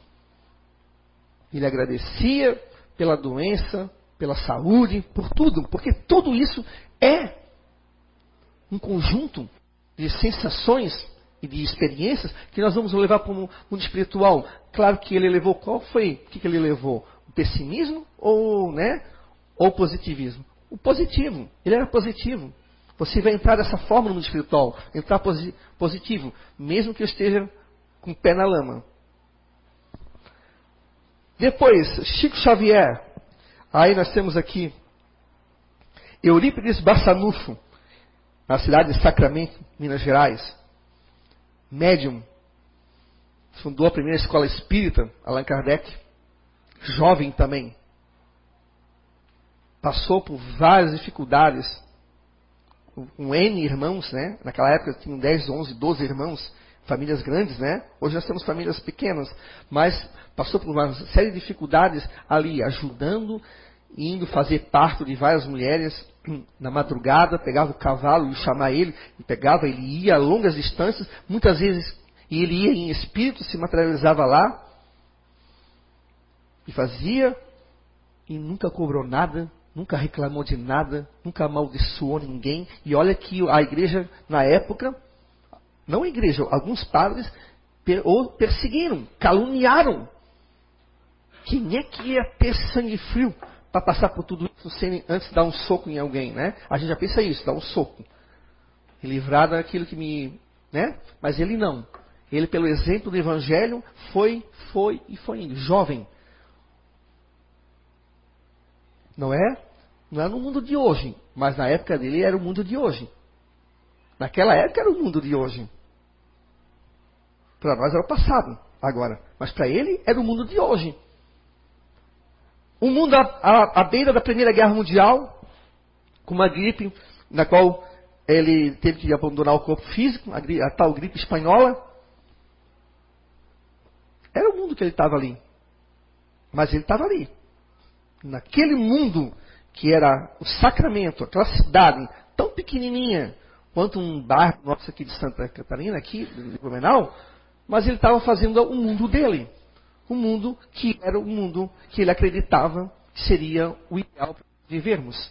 Ele agradecia pela doença, pela saúde, por tudo, porque tudo isso é um conjunto de sensações e de experiências que nós vamos levar para o mundo espiritual. Claro que ele levou, qual foi? O que ele levou? O pessimismo ou o positivismo? O positivo. Ele era positivo. Você vai entrar dessa forma no mundo espiritual, entrar positivo, mesmo que eu esteja com o pé na lama. Depois, Chico Xavier. Aí nós temos aqui Eurípides Bassanufo, na cidade de Sacramento, Minas Gerais. Médium. Fundou a primeira escola espírita, Allan Kardec. Jovem também. Passou por várias dificuldades. Com N irmãos, né? Naquela época tinham 10, 11, 12 irmãos. Famílias grandes, né? Hoje nós temos famílias pequenas. Mas passou por uma série de dificuldades ali, ajudando indo fazer parto de várias mulheres na madrugada, pegava o cavalo e chamar ele, ele ia a longas distâncias, muitas vezes ele ia em espírito, se materializava lá, e fazia, e nunca cobrou nada, nunca reclamou de nada, nunca amaldiçoou ninguém. E olha que a igreja, na época, não a igreja, alguns padres perseguiram, caluniaram. Quem é que ia ter sangue frio para passar por tudo isso antes de dar um soco em alguém, né? A gente já pensa isso, dar um soco. E livrar daquilo que me... né? Mas ele não. Ele, pelo exemplo do Evangelho, foi indo. Jovem. Não é? Não é no mundo de hoje. Mas na época dele era o mundo de hoje. Naquela época era o mundo de hoje. Para nós era o passado, agora. Mas para ele era o mundo de hoje. Um mundo à beira da Primeira Guerra Mundial, com uma gripe na qual ele teve que abandonar o corpo físico, a tal gripe espanhola. Era o mundo que ele estava ali. Mas ele estava ali. Naquele mundo que era o Sacramento, aquela cidade tão pequenininha quanto um bairro nosso aqui de Santa Catarina, aqui de Blumenau, mas ele estava fazendo o mundo dele. O mundo que era o mundo que ele acreditava que seria o ideal para vivermos.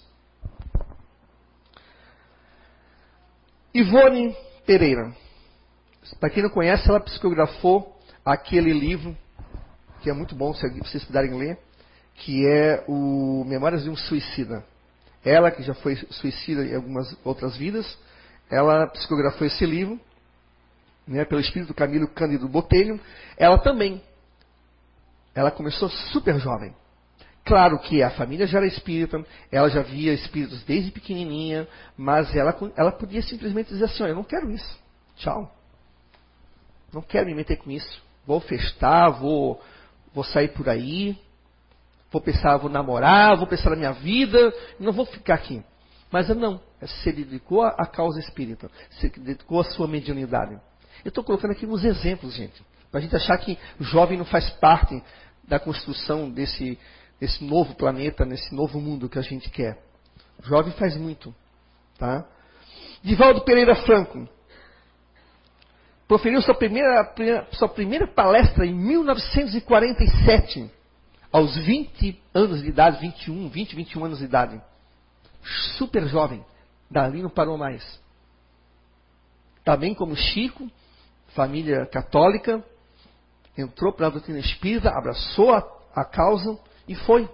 Ivone Pereira. Para quem não conhece, ela psicografou aquele livro, que é muito bom se vocês puderem ler, que é o Memórias de um Suicida. Ela, que já foi suicida em algumas outras vidas, ela psicografou esse livro, né, pelo espírito Camilo Cândido Botelho. Ela também. Ela começou super jovem. Claro que a família já era espírita, ela já via espíritos desde pequenininha, mas ela podia simplesmente dizer assim, eu não quero isso. Tchau. Não quero me meter com isso. Vou festar, vou sair por aí, vou namorar, vou pensar na minha vida, não vou ficar aqui. Mas não, se dedicou à causa espírita, se dedicou à sua mediunidade. Eu estou colocando aqui uns exemplos, gente, para a gente achar que o jovem não faz parte da construção desse novo planeta, nesse novo mundo que a gente quer. O jovem faz muito. Tá? Divaldo Pereira Franco proferiu sua primeira palestra em 1947, aos 20 anos de idade, 21 anos de idade. Super jovem. Dali não parou mais. Também como Chico, família católica, entrou para a doutrina espírita, abraçou a causa e foi.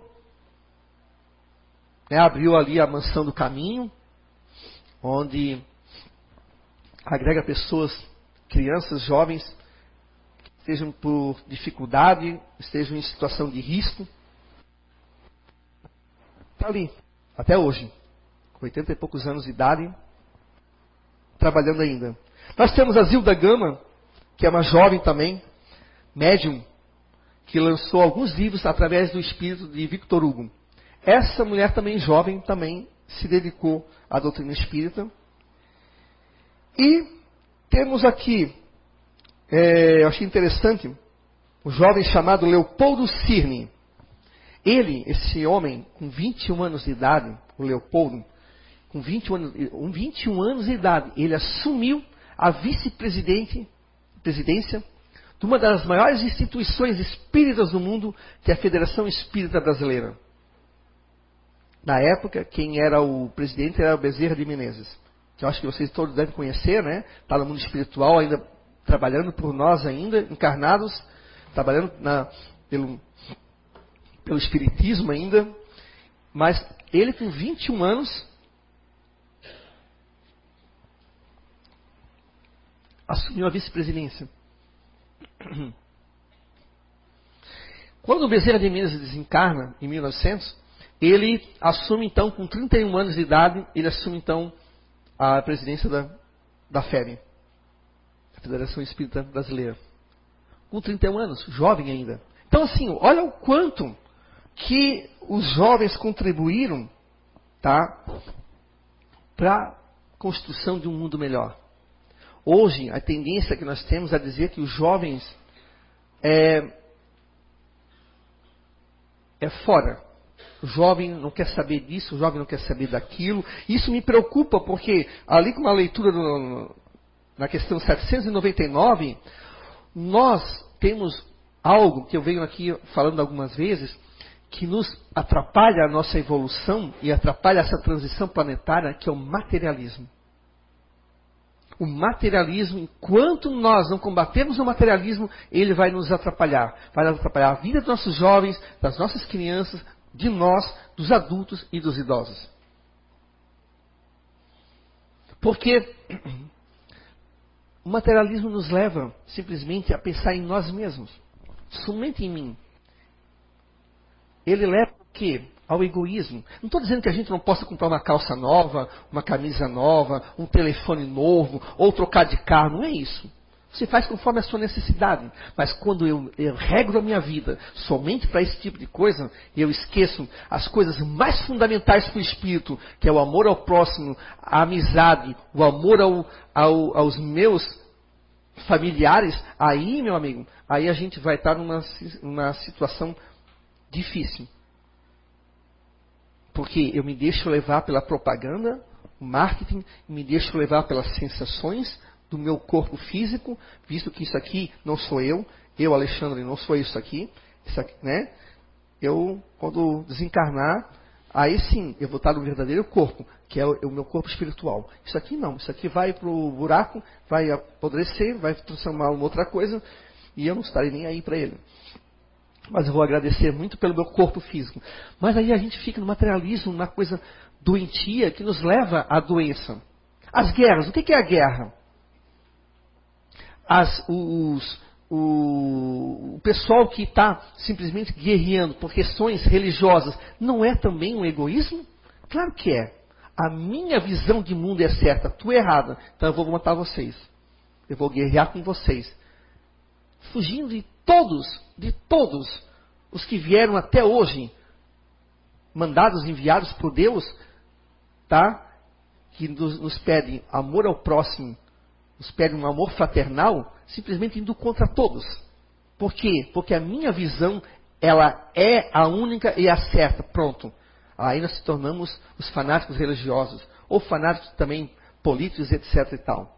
Abriu ali a Mansão do Caminho, onde agrega pessoas, crianças, jovens, que estejam por dificuldade, estejam em situação de risco. Está ali, até hoje, com 80 e poucos anos de idade, trabalhando ainda. Nós temos a Zilda Gama, que é uma jovem também, médium, que lançou alguns livros através do espírito de Victor Hugo. Essa mulher também jovem, também se dedicou à doutrina espírita. E temos aqui, eu achei interessante, um jovem chamado Leopoldo Cirne. Ele, esse homem, com 21 anos de idade, o Leopoldo, com 21 anos de idade, ele assumiu a vice-presidência de uma das maiores instituições espíritas do mundo, que é a Federação Espírita Brasileira. Na época, quem era o presidente era o Bezerra de Menezes, que eu acho que vocês todos devem conhecer, né? Está no mundo espiritual, ainda trabalhando por nós ainda, encarnados, trabalhando pelo espiritismo ainda. Mas ele com 21 anos assumiu a vice-presidência. Quando o Bezerra de Menezes desencarna, em 1900, ele assume então, com 31 anos de idade, ele assume então a presidência da FEB, a Federação Espírita Brasileira. Com 31 anos, jovem ainda. Então assim, olha o quanto que os jovens contribuíram, tá, para a construção de um mundo melhor. Hoje, a tendência que nós temos é dizer que os jovens é fora. O jovem não quer saber disso, o jovem não quer saber daquilo. Isso me preocupa, porque ali com a leitura na questão 799, nós temos algo que eu venho aqui falando algumas vezes, que nos atrapalha a nossa evolução e atrapalha essa transição planetária, que é o materialismo. O materialismo, enquanto nós não combatemos o materialismo, ele vai nos atrapalhar. Vai atrapalhar a vida dos nossos jovens, das nossas crianças, de nós, dos adultos e dos idosos. Porque o materialismo nos leva simplesmente a pensar em nós mesmos. Somente em mim. Ele leva o quê? Ao egoísmo. Não estou dizendo que a gente não possa comprar uma calça nova, uma camisa nova, um telefone novo, ou trocar de carro. Não é isso. Você faz conforme a sua necessidade. Mas quando eu regro a minha vida somente para esse tipo de coisa, eu esqueço as coisas mais fundamentais para o espírito, que é o amor ao próximo, a amizade, o amor aos meus familiares, aí, meu amigo, aí a gente vai estar numa situação difícil. Porque eu me deixo levar pela propaganda, o marketing, me deixo levar pelas sensações do meu corpo físico, visto que isso aqui não sou eu, Alexandre, não sou isso aqui, né? Eu, quando desencarnar, aí sim, eu vou estar no verdadeiro corpo, que é o meu corpo espiritual. Isso aqui não, isso aqui vai para o buraco, vai apodrecer, vai transformar em uma outra coisa, e eu não estarei nem aí para ele. Mas eu vou agradecer muito pelo meu corpo físico. Mas aí a gente fica no materialismo, numa coisa doentia que nos leva à doença. As guerras, o que é a guerra? O pessoal que está simplesmente guerreando por questões religiosas, não é também um egoísmo? Claro que é. A minha visão de mundo é certa, tu é errada, então eu vou matar vocês. Eu vou guerrear com vocês. Fugindo de todos os que vieram até hoje, mandados, enviados por Deus, tá? Que nos pedem amor ao próximo, nos pedem um amor fraternal, simplesmente indo contra todos. Por quê? Porque a minha visão, ela é a única e a certa. Pronto. Aí nós se tornamos os fanáticos religiosos, ou fanáticos também políticos, etc. e tal.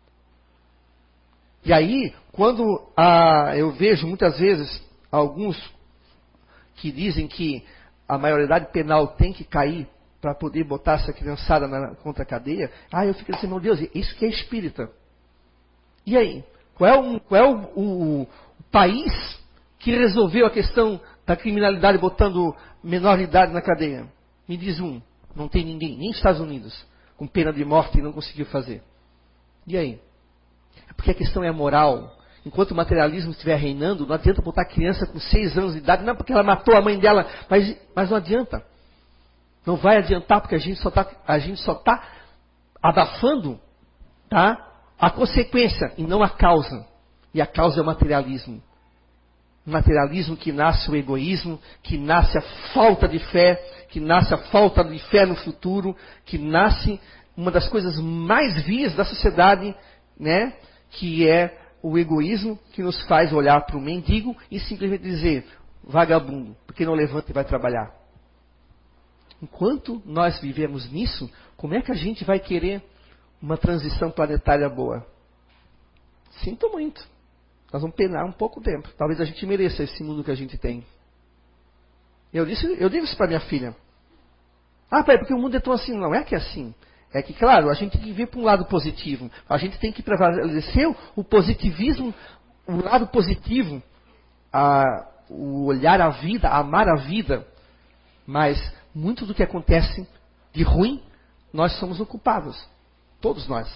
E aí, quando eu vejo muitas vezes alguns que dizem que a maioridade penal tem que cair para poder botar essa criançada contra a cadeia, eu fico assim, meu Deus, isso que é espírita. E aí? Qual é o país que resolveu a questão da criminalidade botando menor de idade na cadeia? Me diz um. Não tem ninguém, nem Estados Unidos, com pena de morte e não conseguiu fazer. E aí? Porque a questão é moral. Enquanto o materialismo estiver reinando, não adianta botar criança com 6 anos de idade, não é porque ela matou a mãe dela, mas não adianta. Não vai adiantar, porque a gente só está abafando, tá, a consequência e não a causa. E a causa é o materialismo. O materialismo que nasce o egoísmo, que nasce a falta de fé, que nasce a falta de fé no futuro, que nasce uma das coisas mais vias da sociedade, né? Que é o egoísmo que nos faz olhar para o mendigo e simplesmente dizer, vagabundo, porque não levanta e vai trabalhar. Enquanto nós vivemos nisso, como é que a gente vai querer uma transição planetária boa? Sinto muito. Nós vamos penar um pouco tempo. Talvez a gente mereça esse mundo que a gente tem. Eu digo isso para minha filha. Pai, porque o mundo é tão assim. Não é que é assim. É que, claro, a gente tem que ver para um lado positivo. A gente tem que prevalecer o positivismo, o lado positivo, o olhar à vida, amar a vida. Mas muito do que acontece de ruim, nós somos os culpados. Todos nós.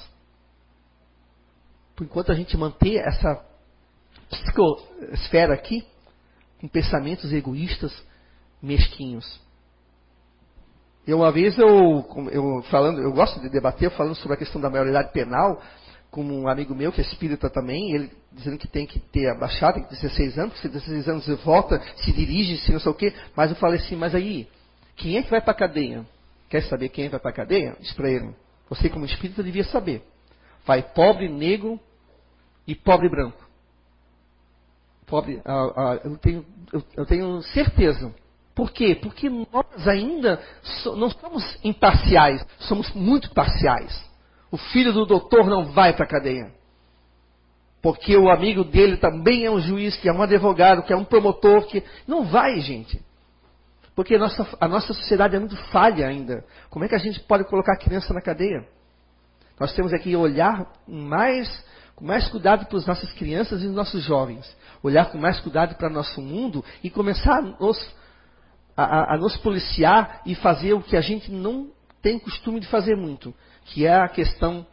Por enquanto a gente manter essa psicosfera aqui, com pensamentos egoístas, mesquinhos. Uma vez eu gosto de debater, falando sobre a questão da maioridade penal, com um amigo meu que é espírita também, ele dizendo que tem que ter abaixado, tem que ter 16 anos, porque se 16 anos você volta, se dirige, se não sei o quê. Mas eu falei assim, mas aí, quem é que vai para a cadeia? Quer saber quem vai para a cadeia? Diz para ele. Você como espírita devia saber. Vai pobre, negro e pobre branco. Pobre, eu tenho certeza Por quê? Porque nós ainda não somos imparciais, somos muito parciais. O filho do doutor não vai para a cadeia. Porque o amigo dele também é um juiz, que é um advogado, que é um promotor, que não vai, gente. Porque a nossa sociedade é muito falha ainda. Como é que a gente pode colocar a criança na cadeia? Nós temos aqui olhar com mais cuidado para as nossas crianças e os nossos jovens. Olhar com mais cuidado para o nosso mundo e começar a nos policiar e fazer o que a gente não tem costume de fazer muito, que é a questão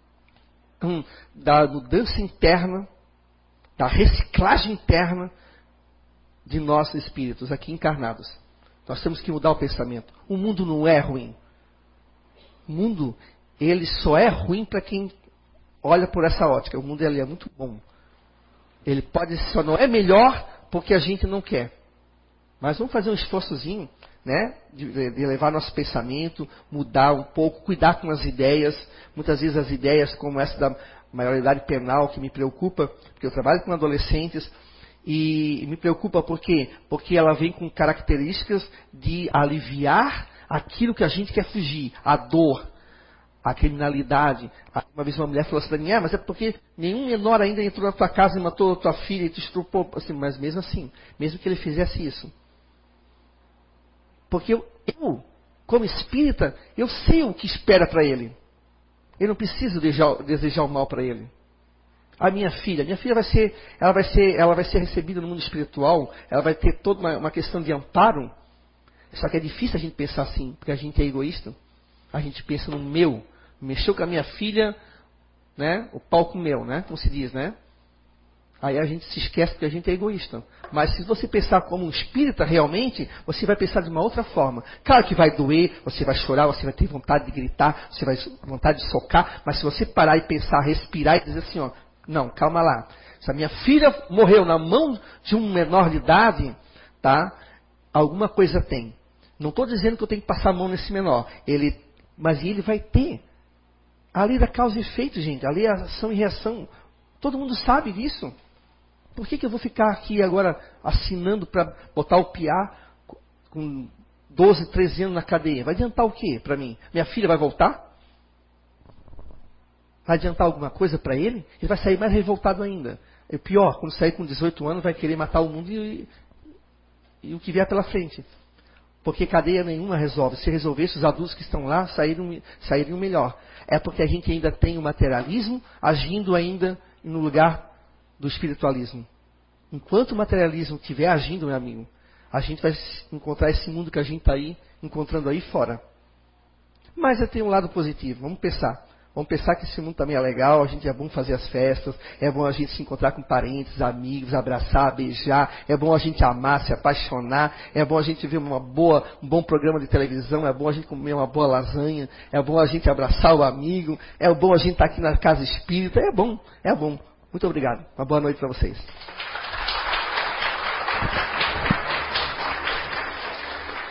da mudança interna, da reciclagem interna de nossos espíritos aqui encarnados. Nós temos que mudar o pensamento. O mundo não é ruim. O mundo, ele só é ruim para quem olha por essa ótica. O mundo, ele é muito bom. Ele só não é melhor porque a gente não quer. Mas vamos fazer um esforçozinho, né, de levar nosso pensamento, mudar um pouco, cuidar com as ideias. Muitas vezes as ideias como essa da maioridade penal que me preocupa, porque eu trabalho com adolescentes e me preocupa por quê? Porque ela vem com características de aliviar aquilo que a gente quer fugir, a dor, a criminalidade. Uma vez uma mulher falou assim para mim, mas é porque nenhum menor ainda entrou na tua casa e matou a tua filha e te estrupou. Assim, mas mesmo assim, mesmo que ele fizesse isso. Porque eu, como espírita, eu sei o que espera para ele. Eu não preciso desejar o mal para ele. A minha filha vai ser recebida no mundo espiritual, ela vai ter toda uma questão de amparo. Só que é difícil a gente pensar assim, porque a gente é egoísta. A gente pensa no meu. Mexeu com a minha filha, né? O pau comeu, né? Como se diz, né? Aí a gente se esquece que a gente é egoísta. Mas se você pensar como um espírita realmente, você vai pensar de uma outra forma. Claro que vai doer, você vai chorar, você vai ter vontade de gritar, você vai ter vontade de socar, mas se você parar e pensar, respirar e dizer assim, não, calma lá. Se a minha filha morreu na mão de um menor de idade, tá? Alguma coisa tem. Não estou dizendo que eu tenho que passar a mão nesse menor. Mas ele vai ter. A lei da causa e efeito, gente. A lei é ação e reação. Todo mundo sabe disso. Por que eu vou ficar aqui agora assinando para botar o piá com 12, 13 anos na cadeia? Vai adiantar o quê para mim? Minha filha vai voltar? Vai adiantar alguma coisa para ele? Ele vai sair mais revoltado ainda. E pior, quando sair com 18 anos, vai querer matar o mundo e o que vier pela frente. Porque cadeia nenhuma resolve. Se resolvesse, os adultos que estão lá sairiam melhor. É porque a gente ainda tem o materialismo agindo ainda no lugar do espiritualismo. Enquanto o materialismo estiver agindo, meu amigo, a gente vai encontrar esse mundo que a gente está aí, encontrando aí fora. Mas tem um lado positivo. Vamos pensar. Vamos pensar que esse mundo também é legal, a gente é bom fazer as festas, é bom a gente se encontrar com parentes, amigos, abraçar, beijar, é bom a gente amar, se apaixonar, é bom a gente ver um bom programa de televisão, é bom a gente comer uma boa lasanha, é bom a gente abraçar o amigo, é bom a gente estar aqui na casa espírita, é bom, é bom. Muito obrigado. Uma boa noite para vocês.